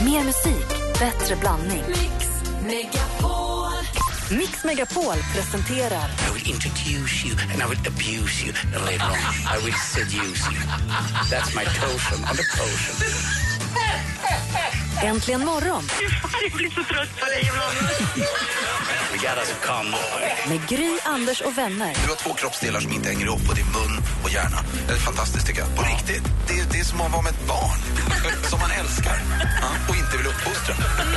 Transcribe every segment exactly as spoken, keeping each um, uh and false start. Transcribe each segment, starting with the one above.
Mer musik, bättre blandning. Mix Megapol. Mix Megapol presenterar I will introduce you and I will abuse you and later on I will seduce you. That's my totem on the potion. Äntligen morgon. Jag blir så trött på dig ibland. We got us a calm Med Gry, Anders och vänner. Du har två kroppsdelar som inte hänger ihop, och det är mun och hjärna. Det är fantastiskt tycker jag. På riktigt. Det är, det är som att vara med ett barn. Som man älskar. Ja, och inte vill uppfostra.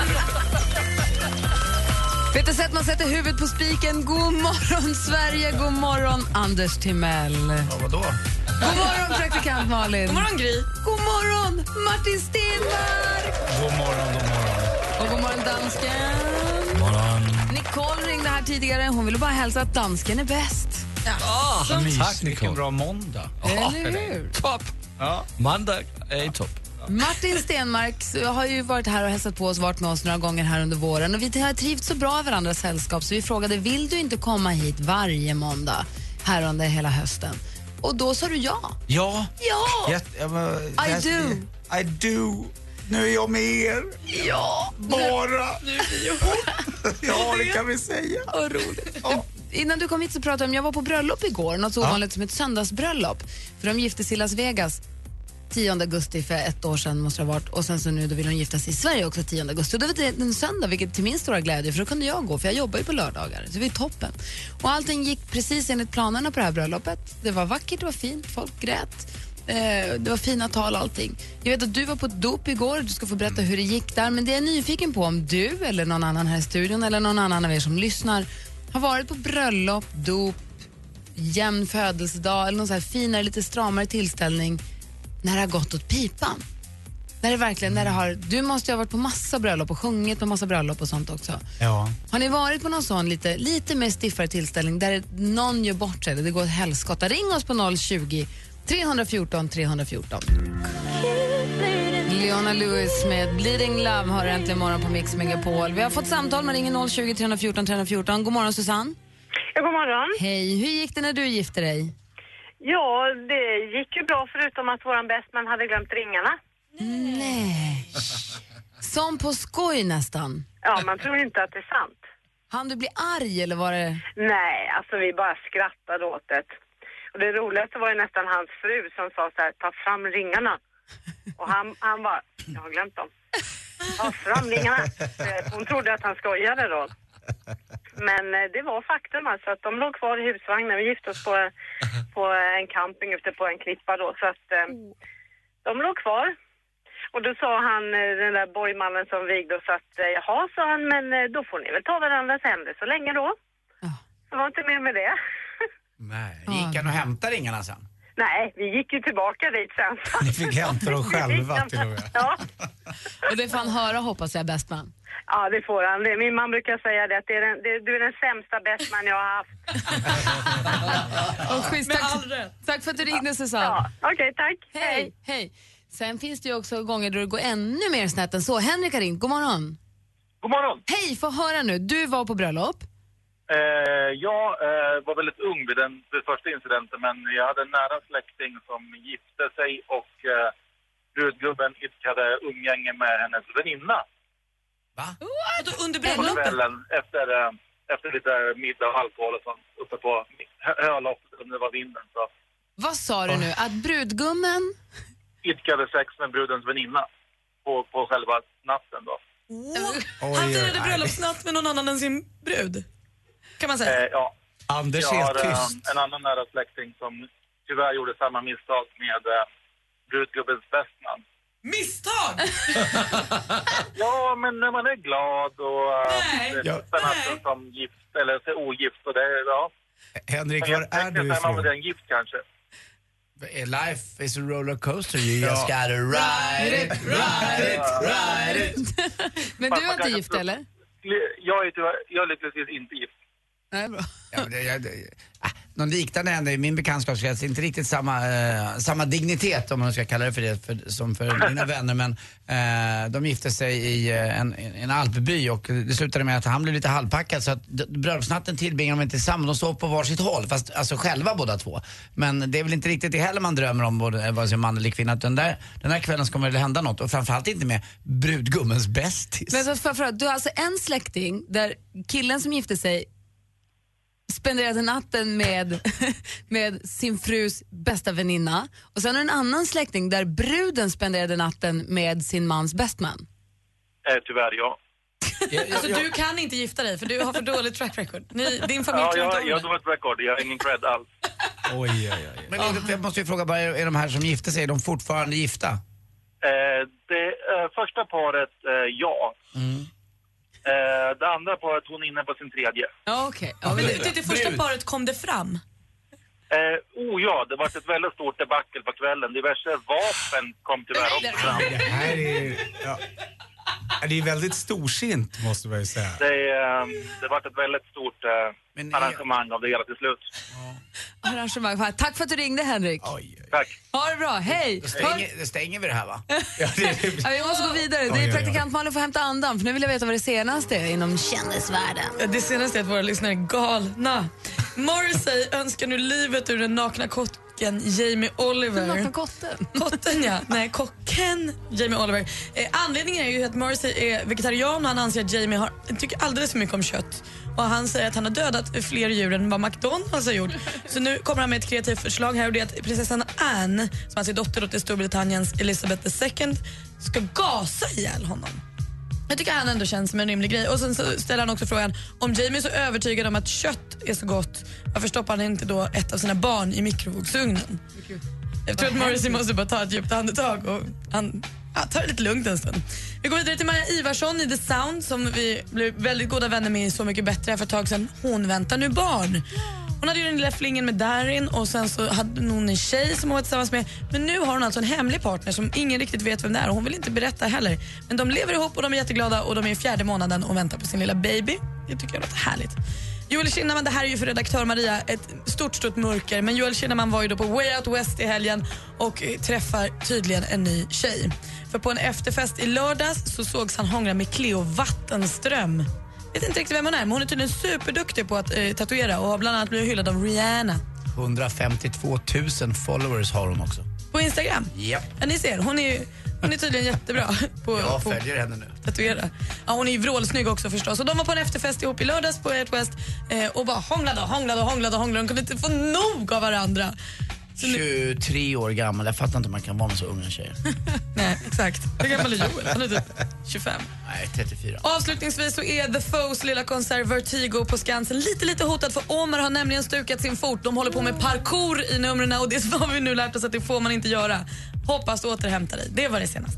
Peter Settman sätter huvudet på spiken. God morgon Sverige, god morgon Anders Timell. Ja, vadå? God morgon praktikant Malin. God morgon Gry. God morgon Martin Stenmark. God morgon, god morgon. Och god morgon dansken. God morgon. Nicole ringde här tidigare. Hon ville bara hälsa att dansken är bäst. Ah, tack Nicole. Vilken bra måndag. Eller hur? Topp. Ja. Måndag är topp. Martin Stenmark har ju varit här och hälsat på oss, varit med oss några gånger här under våren. Och vi har trivts så bra i varandras sällskap så vi frågade, vill du inte komma hit varje måndag här under hela hösten? Och då sa du ja. Ja. Ja! Jag, jag, jag, I jag, do. I do. Nu är jag med er. Ja. Bara. Ja, det kan vi säga. Vad roligt. Ja. Innan du kom hit så pratade jag om, jag var på bröllop igår, något så ovanligt som ett söndagsbröllop. För de gifte sig i Las Vegas tionde augusti för ett år sedan måste det ha varit. Och sen så nu då vill hon gifta sig i Sverige också tionde augusti. Och då var det en söndag, vilket till min stora glädje, för då kunde jag gå, för jag jobbar ju på lördagar. Så det var toppen. Och allting gick precis enligt planerna på det här bröllopet. Det var vackert, det var fint, folk grät. Eh, det var fina tal och allting. Jag vet att du var på ett dop igår, du ska få berätta hur det gick där. Men det är jag nyfiken på om du eller någon annan här i studion eller någon annan av er som lyssnar har varit på bröllop, dop, jämn födelsedag eller någon så här finare, lite stramare tillställning när det har gått åt pipan. När det verkligen, när det har, du måste ju ha varit på massa bröllop och sjungit på massa bröllop och sånt också. Ja. Har ni varit på någon sån lite, lite mer stiffare tillställning där någon gör bort sig, det går ett helskotta? Ring oss på noll tjugo, tre fjorton, tre fjorton. Leona Lewis med Bleeding Love har äntligen morgon på Mix Megapol. Vi har fått samtal, man ringer noll tjugo, tre fjorton, tre fjorton. God morgon Susanne. Ja, god morgon. Hej, hur gick det när du gifte dig? Ja, det gick ju bra förutom att våran bästman hade glömt ringarna. Nej. Som på skoj nästan. Ja, man tror inte att det är sant. Han du bli arg eller var det? Nej, alltså vi bara skrattade åt det. Och det roligaste var ju nästan hans fru som sa så här, ta fram ringarna. Och han, han bara, jag har glömt dem. Ta fram ringarna. Hon trodde att han skojade då. Men det var faktum alltså att de låg kvar i husvagnen. Vi gifte oss på, på en camping ute på en klippa då. Så att eh, de låg kvar. Och då sa han, den där borgmannen som vigde oss att jaha, sa han, men då får ni väl ta varandras händer så länge då. Så var inte mer med det. Nej, gick han och hämtade ringarna sen? Nej, vi gick ju tillbaka dit sen. Ni fick hämta dem själva till och med. Ja. Och det får han höra, hoppas jag, bästman. Ja, det får han. Det, min man brukar säga det, att det är den, det, du är den sämsta bästman jag har haft. Och schysst, tack, tack för att du ringde, Susanne. Ja, okej, okay, tack. Hej, hej. Sen finns det ju också gånger då det går ännu mer snett än så. Henrik har ringt, god morgon. God morgon. Hej, få höra nu. Du var på bröllop. Eh, jag eh, var väldigt ung vid den, vid första incidenten, men jag hade en nära släkting som gifte sig och eh, brudgubben idkade umgänge med hennes väninna. Va? What? Under På bröllopet? kvällen efter, eh, efter lite middag och alkohol och sånt uppe på hö- höloppet om det var vinden. Så Vad sa du nu? Att brudgummen... idkade sex med brudens väninna på, på själva natten då. Wow. Han firade bröllopsnatt med någon annan än sin brud, kan man säga. Eh, ja. Anders Jag är har helt eh, tyst. en annan nära släkting som tyvärr gjorde samma misstag med eh, brudgubbens bästman. Misstag! Ja, men när man är glad och Nej, äh, ja. sista natten som gift eller så ogift och det, ja. Henrik, Men var jag är tänkte du att man var ifrån? den gift kanske. Life is a roller coaster. You Ja. just gotta ride it, ride it, ride it. Men Fast du är man inte kanske gift, tror- eller? Jag är tyvärr, jag är lyckligtvis inte gift. Nej, bra. Ja, men det, jag, det, ah, någon liknande hände i min bekantskapskrets. Inte riktigt samma, eh, samma dignitet om man ska kalla det för det för, som för mina vänner. Men eh, de gifte sig i eh, en, en alpby och det slutade med att han blev lite halvpackad. Så att bröllopsnatten tillbringade de inte tillsammans. De sov på varsitt håll, fast alltså själva båda två. Men det är väl inte riktigt det heller man drömmer om, både vare sig man eller kvinna. Den där, den där kvällen ska det hända något. Och framförallt inte med brudgummens bästis. Men så för, för, du har alltså en släkting där killen som gifte sig spenderade natten med, med sin frus bästa väninna. Och sen är en annan släkting där bruden spenderade natten med sin mans bästman. Eh, tyvärr, ja. Alltså du kan inte gifta dig för du har för dåligt track record. Ni, din familj Ja, kan jag, inte jag, jag har dåligt record. Jag har ingen cred alls. Oj, oj, oj. Men jag måste ju fråga bara, är de här som gifte sig, är de fortfarande gifta? Eh, det eh, första paret, eh, ja. Mm. Eh, det andra paret, hon är inne på sin tredje. Ja, okej. Ja, men det, det första paret kom det fram. Eh, oh ja, det var ett väldigt stort debacle på kvällen. Diverse vapen kom tyvärr också fram. Det här är... Ja. Det är väldigt storsint, måste man ju säga. Det, eh, det var ett väldigt stort eh, Men, arrangemang av det hela till slut. Ja. Arrangemang. Tack för att du ringde, Henrik. Oj, oj. Tack. Ha det bra, hej! Då stänger, då stänger vi det här, va? Ja, det är... Ja, vi måste gå vidare. Det Oj, oj, är oj. praktikant Malin får hämta andan, för nu vill jag veta vad det senaste är inom kändisvärlden. Det senaste är att våra lyssnare är galna. Morrissey önskar nu livet ur den nakna kocken Jamie Oliver. Den nakna kotten. Kotten, ja. Nej, kocken Jamie Oliver. Eh, anledningen är ju att Morrissey är vegetarian och han anser att Jamie har, tycker alldeles för mycket om kött. Och han säger att han har dödat fler djur än vad McDonalds har gjort. Så nu kommer han med ett kreativt förslag här och det är att prinsessan Anne, som alltså är dotter till Storbritanniens Elizabeth the second, ska gasa ihjäl honom. Jag tycker han ändå känns som en rimlig grej. Och sen så ställer han också frågan, om Jamie är så övertygad om att kött är så gott, varför stoppar han inte då ett av sina barn i mikrovågsugnen? Jag tror att Morrissey måste bara ta ett djupt andetag och han ja, tar det lite lugnt en stund. Vi går vidare till Maja Ivarsson i The Sound som vi blev väldigt goda vänner med Så mycket bättre för ett tag sedan. Hon väntar nu barn. Hon hade ju den lilla flingen med Darin och sen så hade hon en tjej som hon var tillsammans med. Men nu har hon alltså en hemlig partner som ingen riktigt vet vem det är och hon vill inte berätta heller. Men de lever ihop och de är jätteglada och de är i fjärde månaden och väntar på sin lilla baby. Det tycker jag låter härligt. Joel Kinnaman, det här är ju för redaktör Maria ett stort, stort mörker. Men Joel Kinnaman var ju då på Way Out West i helgen och träffar tydligen en ny tjej. För på en efterfest i lördags så sågs han hångla med Cleo Vattenström. Jag vet inte riktigt vem hon är, men hon är tydligen superduktig på att eh, tatuera och har bland annat blivit hyllad av Rihanna. hundrafemtiotvå tusen followers har hon också. På Instagram? Japp. Ja, ni ser, hon är, hon är tydligen jättebra på Jag på följer henne nu. tatuera. Ja, hon är ju vrålsnygg också förstås. Och de var på en efterfest ihop i lördags på Way Out West eh, och bara hånglade och hånglade och hånglade och hånglade. De kunde inte få nog av varandra. Så nu... tjugotre år gammal, jag fattar inte om man kan vara med så unga tjejer. Nej, exakt. Hur gammal är Joel? Han är typ tjugofem. Nej, trettiofyra. Avslutningsvis så är The Foes lilla konsert Vertigo på Skansen lite lite hotad för Omar har nämligen stukat sin fot. De håller på med parkour i numren och det har vi nu lärt oss att det får man inte göra. Hoppas du återhämtar dig. Det var det senaste.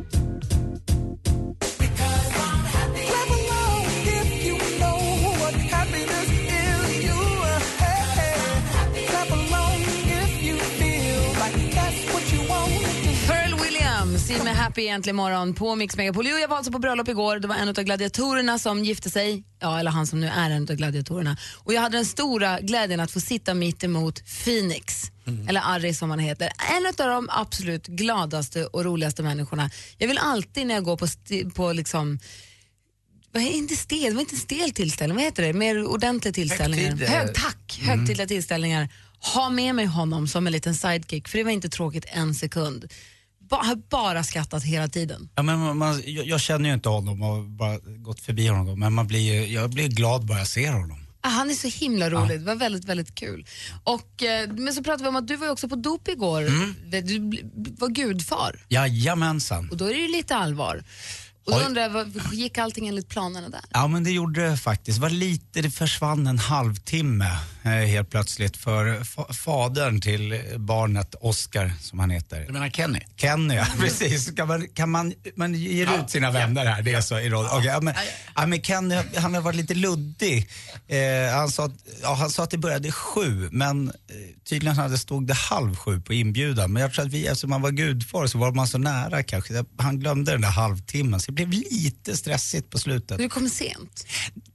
Med Happy egentligen morgon på Mix Megapol. Jo, jag var alltså på bröllop igår. Det var en av gladiatorerna som gifte sig. Ja, eller han som nu är en av gladiatorerna. Och jag hade den stora glädjen att få sitta mitt emot Phoenix. Mm. Eller Arri som han heter. En av de absolut gladaste och roligaste människorna. Jag vill alltid när jag går på, sti- på liksom... Vad är inte stel? Det var inte en stel tillställning. Vad heter det? Mer ordentlig tillställningar. Högtid. Hög, tack. Mm. Högtidliga tillställningar. Ha med mig honom som en liten sidekick. För det var inte tråkigt en sekund. Har bara skrattat hela tiden. Ja, men man, man, jag, jag känner ju inte honom och bara gått förbi honom. Men man blir, jag blir glad bara jag ser honom. Ah, han är så himla rolig. Ja. Det var väldigt, väldigt kul. Och, eh, men så pratade vi om att du var ju också på dop igår. Mm. Du var gudfar. Jajamensan. Och då är det ju lite allvar. Och då undrar jag, vad, gick allting enligt planerna där? Ja, men det gjorde det faktiskt. Det var lite, det försvann en halvtimme eh, helt plötsligt för fa- fadern till barnet, Oscar som han heter. Du menar Kenny? Kenny, ja, precis. Kan man, kan man, man ger ja, ut sina vänner här, det är så i råd. Okay, ja, men, ja, men Kenny, han har varit lite luddig. Eh, han, sa att, ja, han sa att det började sju, men eh, tydligen hade stod det halv sju på inbjudan. Men jag tror att vi, eftersom man var gudfar så var man så nära kanske. Han glömde den där halvtimmen. Det blev lite stressigt på slutet. Du kom sent?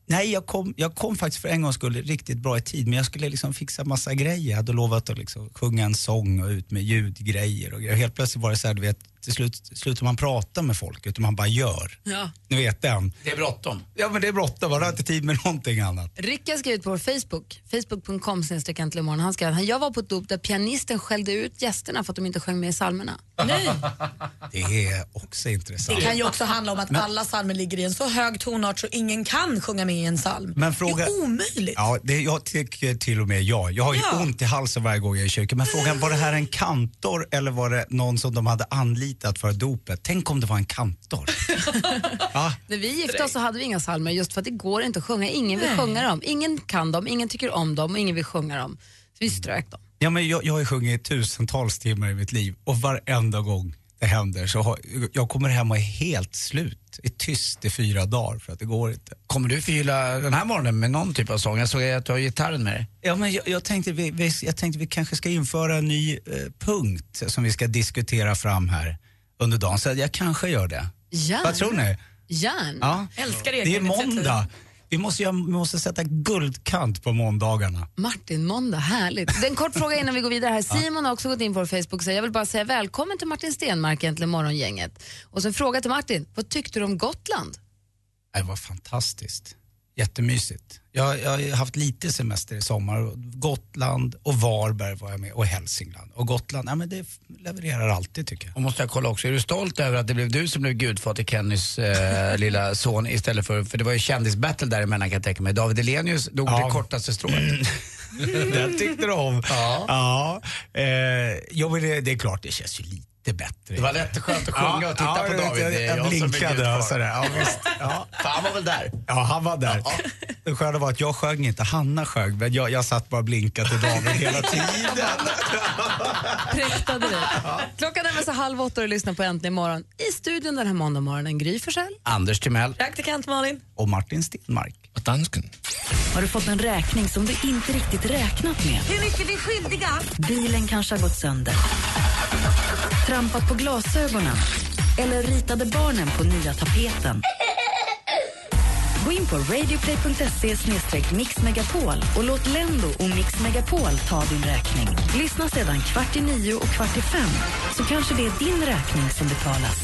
Nej, jag kom, jag kom faktiskt för en gång skulle riktigt bra i tid. Men jag skulle liksom fixa massa grejer. Jag hade lovat att liksom sjunga en sång och ut med ljudgrejer och grejer. Helt plötsligt var det så här, du vet, till slut slutar man prata med folk utan man bara gör. Ja. Ni vet den. Det är bråttom. Ja, men det är bråttom. Man har inte tid med någonting annat. Rick har skrivit på vår Facebook, facebook punkt com snedstreck äntligen morgon. Han skrev att jag var på ett dop där pianisten skällde ut gästerna för att de inte sjöng med i psalmerna. Nej. Det är också intressant. Det kan ju också handla om att men, alla psalmer ligger i en så hög tonart så ingen kan sjunga med i en psalm. Men fråga, det är omöjligt. Ja, det, jag tycker till och med jag. Jag har ju ja. ont i halsen varje gång jag är i kyrkan. Men frågan, var det här en kantor eller var det någon som de hade anlitat för dopet? Tänk om det var en kantor. Ja. När vi gifte oss så hade vi inga psalmer just för att det går inte att sjunga. Ingen vill sjunga dem. Ingen kan dem, ingen tycker om dem och ingen vill sjunga dem. Så vi strök dem. Ja, men jag, jag har sjungit tusentals timmar i mitt liv och varenda gång det händer så har, jag kommer hem och är helt slut. Är tyst i fyra dagar för att det går inte. Kommer du förgylla den här morgonen med någon typ av sång? Jag såg att du har gitarren med dig. Ja, men jag, jag, tänkte vi, vi, jag tänkte vi kanske ska införa en ny eh, punkt som vi ska diskutera fram här under dagen. Så jag kanske gör det. Gärna. Vad tror ni? Gärna. Ja. Älskar det. Det är måndag. Vi måste, göra, vi måste sätta guldkant på måndagarna. Martin, måndag, härligt. En kort fråga innan vi går vidare här. Simon har också gått in på vår Facebook och säger, jag vill bara säga välkommen till Martin Stenmark, egentligen morgongänget. Och så en fråga till Martin, vad tyckte du om Gotland? Det var fantastiskt. Jättemysigt. Jag, jag har haft lite semester i sommar. Gotland och Varberg var jag med och Hälsingland. Och Gotland, ja, men det levererar alltid tycker jag. Och måste jag kolla också, är du stolt över att det blev du som blev gudfar till Kennys eh, lilla son istället för, för det var ju kändisbattle däremellan kan jag tänka mig. David Elenius dog ja. det kortaste strået. Den tyckte du om. Ja. Ja. Eh, jo, men det, det är klart, det känns ju lite bättre. Det var lätt skönt att sjunga ja, och titta ja, på David. Jag, jag, jag, jag blinkade och sådär. Ja, visst. Ja. För han var väl där? Ja, han var där. Ja. Det sköna var att jag sjöng inte, Hanna sjöng, men jag, jag satt bara och blinkade till David hela tiden. Präktade det. Ja. Klockan är så halv åtta och lyssnar på Äntligen morgon. I studion den här måndag morgonen, Gry Forssell, Anders Timell, praktikant Malin och Martin Stenmark. Och dansken. Har du fått en räkning som du inte riktigt räknat med? Hur mycket är vi skyldiga? Bilen kanske har gått sönder. Trampat på glasögonen. Eller ritade barnen på nya tapeten. Gå in på radioplay punkt se slash mixmegapol och låt Lendo och Mix Megapol ta din räkning. Lyssna sedan kvart i nio och kvart i fem, så kanske det är din räkning som betalas.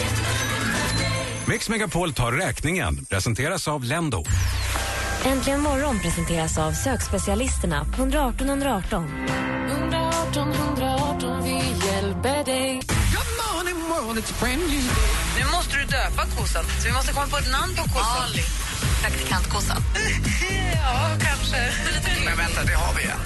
Mix Megapol tar räkningen. Presenteras av Lendo. Äntligen morgon presenteras av sökspecialisterna på ett ett åtta ett ett åtta. ett ett åtta ett ett åtta, vi hjälper dig. Nu måste du döpa kossan, så vi måste komma på ett namn på kossan. Ali. Praktikantkossan. Ja, kanske. Men vänta, det har vi igen.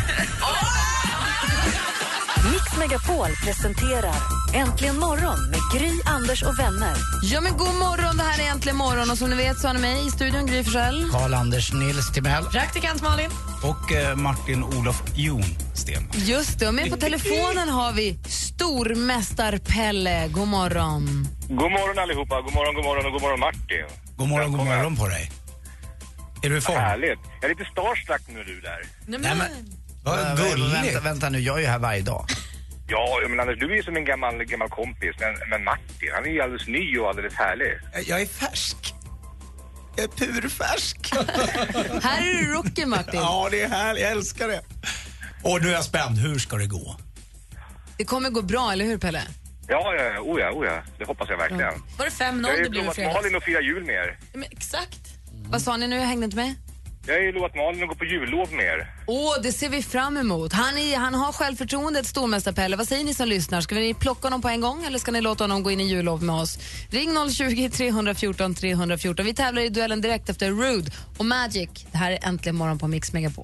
Mix Megapol presenterar Äntligen morgon med Gry, Anders och vänner. Ja, men god morgon, det här är Äntligen morgon. Och som ni vet så har ni mig i studion, Gry Forssell, Karl-Anders Nils Timell, praktikant Malin och eh, Martin Olof Jon Sten. Just det, och med på telefonen har vi stormästar Pelle. God morgon. God morgon allihopa, god morgon, god morgon och god morgon Martin. God morgon, god morgon på dig. Är du i form? Härligt. Jag är lite starstruck nu du där. Nej, men... Vad gulligt. Vänta, vänta nu, jag är ju här varje dag. Ja, men Anders, du är som en gammal, gammal kompis. Men, men Martin, han är ju alldeles ny och alldeles härlig. Jag är färsk. Jag är purfärsk. Här är du rookie, Martin. Ja, det är härligt. Jag älskar det. Och nu är jag spänd. Hur ska det gå? Det kommer gå bra, eller hur, Pelle? Ja, ja, oh ja, oh ja. Det hoppas jag verkligen. Mm. Var det fem noll det blev i fredags? Jag har ju lovat Malin att fira jul med er. Men exakt. Mm. Vad sa ni nu? Jag hängde inte med. Jag har ju lovat Malin att gå på jullov med er. Åh, det ser vi fram emot. Han, är, han har självförtroendet, stormästare Pelle. Vad säger ni som lyssnar? Ska vi plocka honom på en gång eller ska ni låta honom gå in i jullov med oss? Ring noll tjugo, tre fjorton, tre fjorton. Vi tävlar i duellen direkt efter Rude och Magic. Det här är Äntligen morgon på Mix Megapol.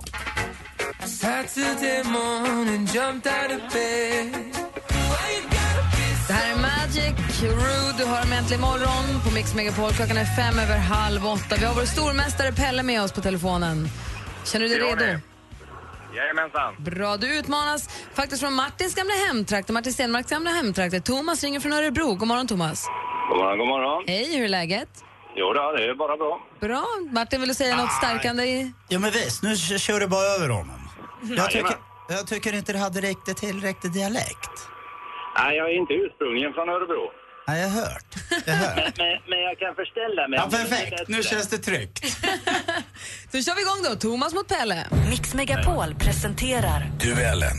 Det här är Magic, Rude, du hör om Äntligen morgon på Mix Megapol. Klockan är fem över halv åtta. Vi har vår stormästare Pelle med oss på telefonen. Känner du dig redo? Det. Jajamensan. Bra, du utmanas faktiskt från Martins gamla hemtrakter, Martin Stenmarks gamla hemtrakter. Thomas ringer från Örebro. God morgon, Thomas. God morgon, god morgon. Hej, hur är läget? Jo då, det är bara bra. Bra. Martin, vill du säga något stärkande i... Ja, men visst, nu kör du bara över honom. Jag tycker, jag tycker inte det hade räckt till räckt dialekt. Nej, jag är inte ursprungligen från Örebro. Ja, jag har hört. Jag har hört. Men, men, men jag kan förställa mig. Ja, perfekt. Nu känns det tryggt. Då kör vi igång då. Thomas mot Pelle. Mix Megapol presenterar Duellen.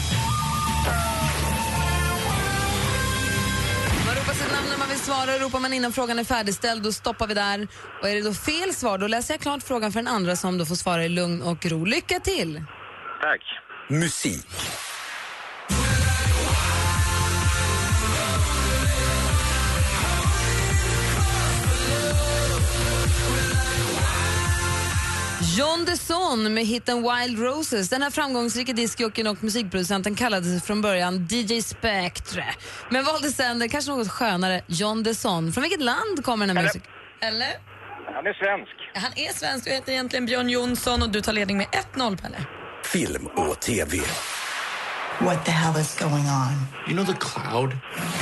Man ropar sitt namn när man vill svara. Ropar man innan frågan är färdigställd, då stoppar vi där. Och är det då fel svar, då läser jag klart frågan för den andra som då får svara i lugn och ro. Lycka till! Tack. Musik. John Desson med hitten Wild Roses. Den här framgångsrika discjockeyn och musikproducenten kallade sig från början D J Spectre. Men valde sen den kanske något skönare John Desson. Från vilket land kommer den här musiken? Eller? Han är svensk. Han är svensk och heter egentligen Björn Jonsson och du tar ledning med ett noll, Pelle. Film och tv. What the hell is going on? You know the cloud?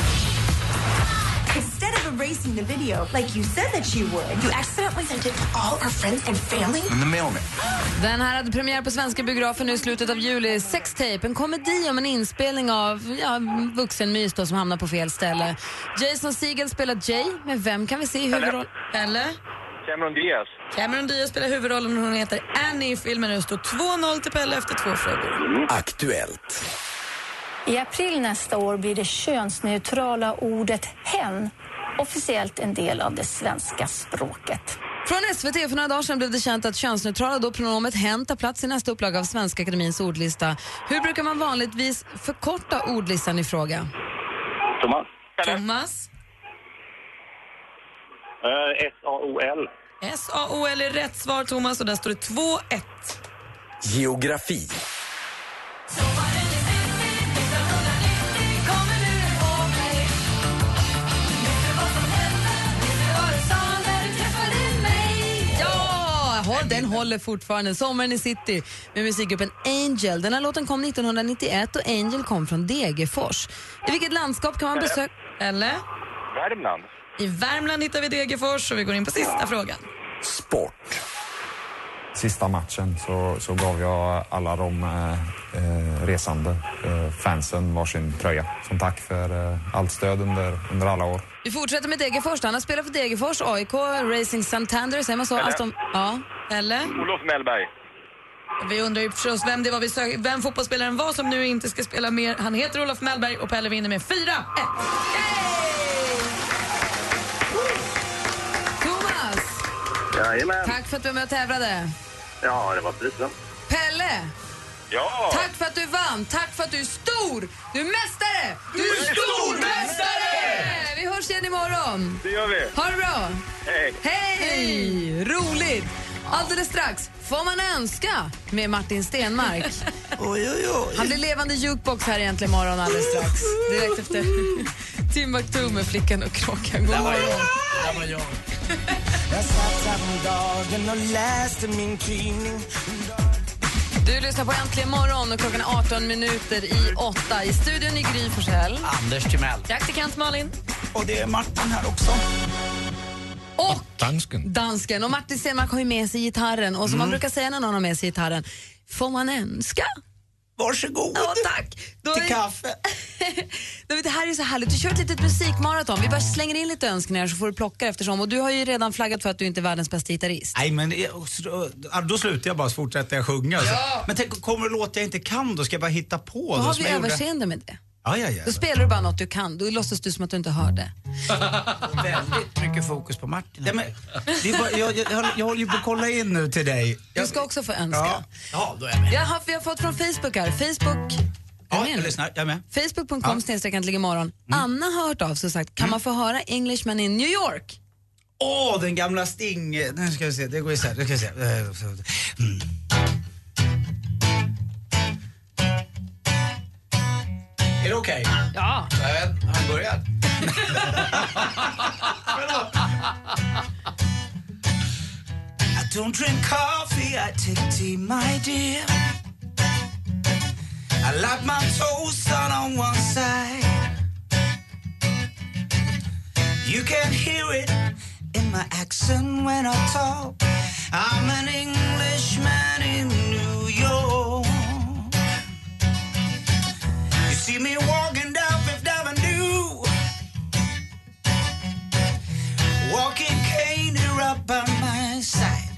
Instead of erasing the video, like you said that you would, you accidentally sent it to all our friends and family? In the mailman. Den här hade premiär på svenska biografen nu i slutet av juli. Sextape, en komedi om en inspelning av ja, vuxenmys då, som hamnar på fel ställe. Jason Segel spelar Jay, men vem kan vi se i huvudroll? Eller? Cameron Diaz. Cameron Diaz spelar huvudrollen och hon heter Annie i filmen. Det står två noll till Pelle efter två frågor. Aktuellt. I april nästa år blir det könsneutrala ordet hen officiellt en del av det svenska språket. Från S V T för några dagar sedan blev det känt att könsneutrala då pronomet hen tar plats i nästa upplaga av Svenska Akademins ordlista. Hur brukar man vanligtvis förkorta ordlistan i fråga? Thomas. Thomas. Uh, S A O L. S A O L är rätt svar, Thomas, och där står det två ett. Geografi. Den håller fortfarande. Sommaren i city med musikgruppen Angel. Den här låten kom nittonhundranittioett och Angel kom från Degerfors. I vilket landskap kan man besöka? Eller? Värmland. I Värmland hittar vi Degerfors och vi går in på sista frågan. Sport. Sista matchen så, så gav jag alla de eh, resande eh, fansen varsin tröja. Som tack för eh, allt stöd under, under alla år. Vi fortsätter med Degerfors. Han har spelat för Degerfors, A I K, Racing Santander. Säger man så? Aston... Ja. Eller? Olof Mellberg. Vi undrar ju förstås vem det var vi sög... vem fotbollsspelaren var som nu inte ska spela mer. Han heter Olof Mellberg och Pelle vinner med fyra ett. Thomas! Jajamän. Tack för att du var med och tävlade. Ja, det var precis så. Pelle! Ja! Tack för att du vann! Tack för att du är stor! Du är mästare! Du är stormästare! Vi hörs igen imorgon. Det gör vi. Ha det bra! Hej! Hej! Roligt! Alldeles strax får man önska med Martin Stenmark. Oj, oj, oj. Han blir levande jukebox här egentligen imorgon alldeles strax. Direkt efter Timbuktu med Flickan och Kråkan. God morgon. Det var jag. Jag satt här dagen och läste min tidning. Du lyssnar på Äntligen morgon och klockan är arton minuter i åtta. I studion i Gry Forssell. Anders Timell. Praktikant Malin. Och det är Martin här också. Och Dansken. dansken. Och Martin Stenmark har ju med sig gitarren. Och som mm. man brukar säga när någon har med sig gitarren, får man önska? Varsågod. Ja, tack. Då till är... kaffe. Det här är så härligt. Du kör ett litet musikmaraton. Vi bara slänger in lite önskningar så får du plocka eftersom. Och du har ju redan flaggat för att du inte är världens bästa gitarrist. Nej, men då slutar jag bara så fortsätter jag sjunga. Ja. Men tänk, kommer det låt jag inte kan, då ska jag bara hitta på. Då då har vi jag överseende gjorde... med det. Ja, ja, ja. Då spelar du bara något du kan. Då låtsas du som att du inte hör det. Väldigt mycket fokus på Martin. Ja, men, det är bara, jag, jag, jag, jag håller ju på att kolla in nu till dig. Jag... Du ska också få önska. Ja, ja då är jag med. Jag har, vi har fått från Facebook här. Facebook... Ja, jag lyssnar. Jag är med. Facebook punkt com snedstreck äntligen imorgon. Mm. Anna har hört av sig och sagt, kan mm. man få höra Englishman in New York? Åh, oh, den gamla Sting. Nu ska vi se, det går ju så här. Nu ska vi se. Mm. Är det okej? Okay? Ja. Jag vet, han börjar. I don't drink coffee, I take tea, my dear. I like my toast on one side. You can hear it in my accent when I talk. I'm an Englishman in New York. You see me walking down Fifth Avenue. walking cane up by my side.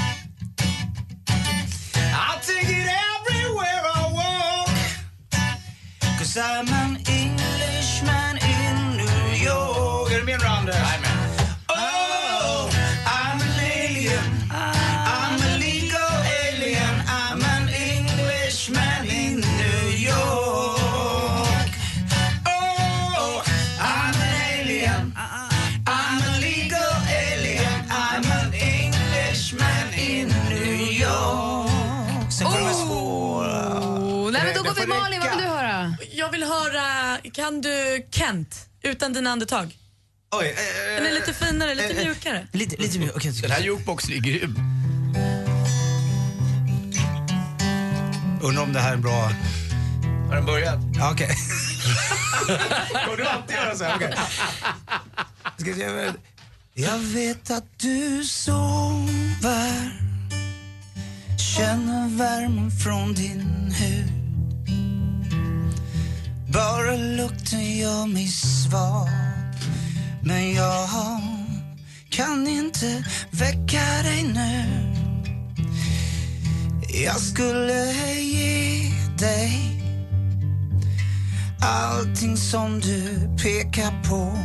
I'll take it everywhere I walk, 'cause I'm an Englishman in New York. Är du med, Anders? Nej, men. Oh, I'm an alien. I'm a legal alien. I'm an Englishman in New York. Oh, I'm an alien. I'm a legal alien. I'm an Englishman in New York. Sen kommer det svåra. Oh, nej, men då går vi Malin, vad vill du höra? Jag vill höra, kan du Kent utan dina andetag? Oj, eh, Den är lite finare, lite eh, eh, mjukare. Lite, lite mjukare. Okay, den här jukeboxen är grym. Undrar om det här är bra. Har den börjat? Ja, okej. Kommer du alltid göra så här? Okej. Ska jag säga, jag vet att du sover, känner värmen från din hud. Bara lukten gör mig svag, men jag kan inte väcka dig nu. Jag skulle ge dig allting som du pekar på,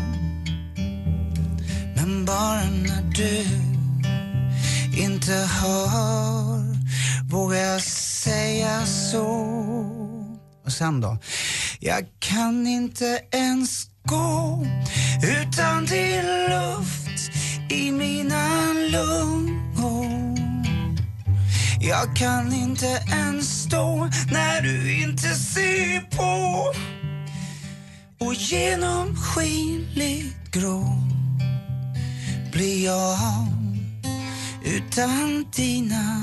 men bara när du inte hör vågar jag säga så. Och sen då? Jag kan inte ens gå utan din luft i mina lungor. Jag kan inte ens stå när du inte ser på. Och genomskinligt grå blir jag utan dina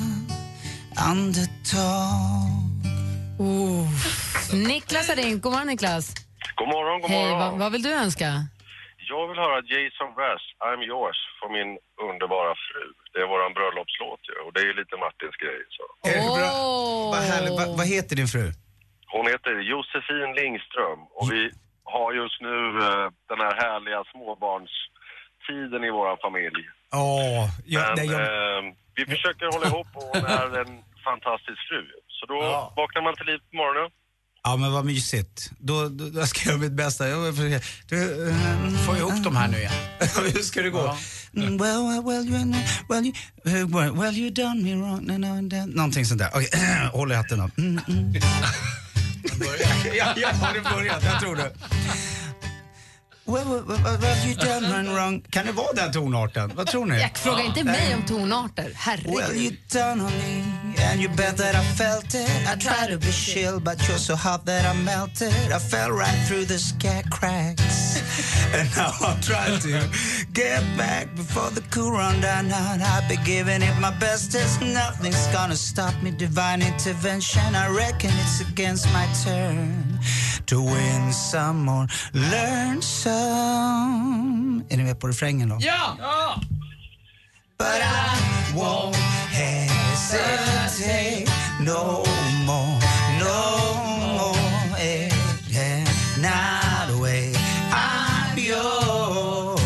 andetag. Oh. Niklas är ringt. God morgon, Niklas. God morgon, god Hej, morgon. vad, vad vill du önska? Jag vill höra Jason Mraz, I'm yours, för min underbara fru. Det är våran bröllopslåt ju, och det är ju lite Martins grej. Så. Oh. Vad härligt. Vad, vad heter din fru? Hon heter Josefin Lindström och vi har just nu uh, den här härliga småbarnstiden i våran familj. Oh, ja, Men nej, jag... uh, vi försöker hålla ihop och hon är en fantastisk fru. Så då ja. vaknar man till liv på morgonen. Ja, men vad mysigt. Då, då, då ska jag göra mitt bästa. Jag försöka, du, uh, får ihop de här nu igen. Hur ska det gå? Ja. Mm, well, well, well, you, well, you, well, well, you done me wrong. No, no, no. Någonting sånt där. Okej, okay. Håll i hatten då. Mm, mm. ja, ja, har det börjat? Jag tror det. Well, well, well, well, you done me wrong. Kan det vara den tonarten? Vad tror ni? Jag frågar inte mig om tonarter. Herregud. Well, you done on me and you bet that I felt it. I tried to be chill, but you're so hot that I melted. I fell right through the sky cracks. And now I'm trying to get back before the cool run down. I've been giving it my best. There's nothing's gonna stop me. Divine intervention. I reckon it's against my turn to win some or learn some. Är ni med på refrängen då? Ja! ja! But I won't hesitate no more, no more, yeah, not away, I'm yours.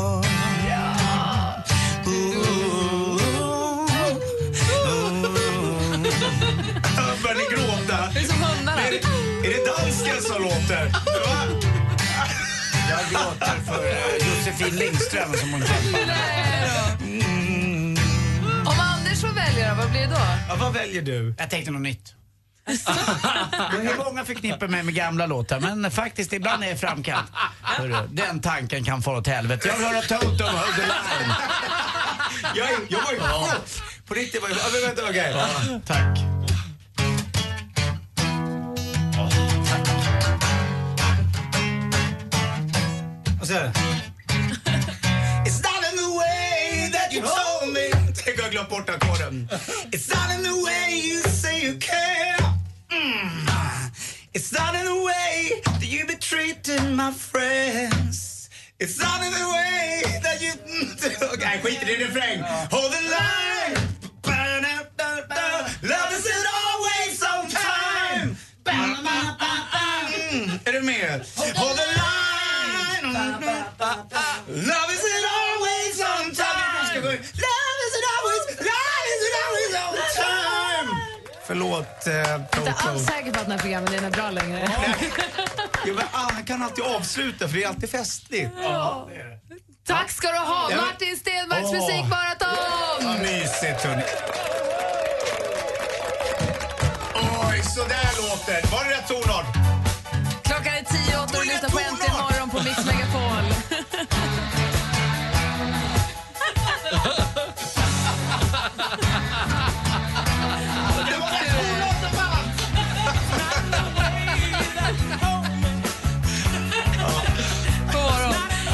Yeah. Ooh, ooh. Börjar ni gråta? Det är som hundarna. Är det, är det dansken som låter? Jag gråter för uh, Josefin Lindström som hon kämpar. Mm. Om Anders får välja, vad blir det då? Ja, vad väljer du? Jag tänkte något nytt. Det är många förknippar mig med gamla låtar, men faktiskt ibland är jag framkant. Hörru, den tanken kan få åt helvete. Jag vill höra Totem Hold the Line. jag, jag var ju ja. På riktigt var jag... Ja, vänta, okej. Ja, tack. Och så här. It's not in the way that you told me. Tänk, jag har glömt bort ackorden. It's not in the way you say you care. Mm. It's not in the way that you be treating my friends. It's not in the way that you... Okej, skit i det, refräng. Hold the line. Love is it always on time. Mm. Är du med? Hold the line. Love is it always Förlåt, eh, Jag är inte alls säker på att den här programmen är bra längre. Jo, men, ah, han kan alltid avsluta för det är alltid festligt. Ja. Tack ska du ha, Ja, men- Martin Stenmarks Åh. musikmaraton! Vad mysigt, hörni. Oj, så där låter det. Var det rätt tonart? Klockan är tio och du lyssnar på Äntligen morgon på Mix Megapol. God morgon.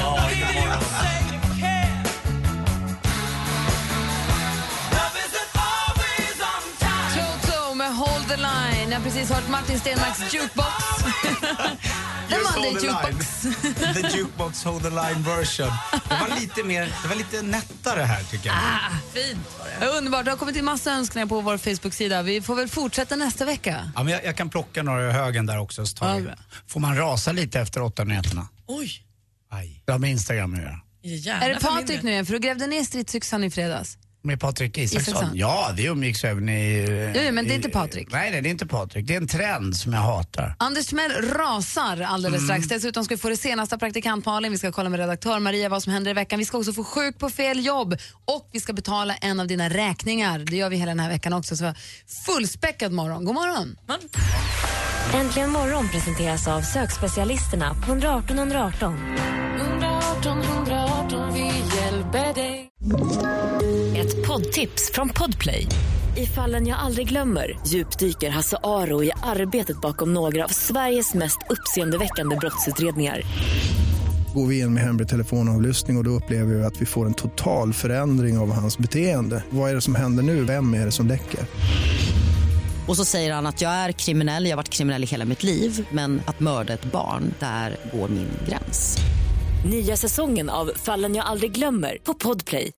Toto med Hold the Line. Jag har precis hört Martin Stenmarks Jukebox. Den Just var Hold det the Jukebox. Line. The Jukebox Hold the Line version. Det var lite mer, det var lite nättare här tycker jag. Ah, fint var det. Underbart, det har kommit in massa önskningar på vår Facebook-sida. Vi får väl fortsätta nästa vecka. Ja, men jag, jag kan plocka några i högen där också. Så tar Ja, vi. bra. Får man rasa lite efter åtta nyheterna? Oj. Det har med Instagram att göra. Gärna Är det för min Patrik del. nu igen? För du grävde ner stridsyxan i fredags. Med Patrik Isaksson? Isaksson. Ja, det umgicks även i... Jo, men det är i- inte Patrik. Nej, nej, det är inte Patrik. Det är en trend som jag hatar. Anders Timell rasar alldeles Mm. strax. Dessutom ska vi få det senaste praktikant Malin. Vi ska kolla med redaktör Maria vad som händer i veckan. Vi ska också få sjuk på fel jobb. Och vi ska betala en av dina räkningar. Det gör vi hela den här veckan också. Så fullspäckad morgon. God morgon. Äntligen morgon presenteras av sökspecialisterna på ett ett ett ett ett. ett ett ett ett ett, vi hjälper dig. Ett poddtips från Podplay. I Fallen jag aldrig glömmer djupdyker Hasse Aro i arbetet bakom några av Sveriges mest uppseendeväckande brottsutredningar. Går vi in med hemlig telefonavlyssning och, och då upplever vi att vi får en total förändring av hans beteende. Vad är det som händer nu? Vem är det som läcker? Och så säger han att jag är kriminell, jag har varit kriminell i hela mitt liv. Men att mörda ett barn, där går min gräns. Nya säsongen av Fallen jag aldrig glömmer på Podplay.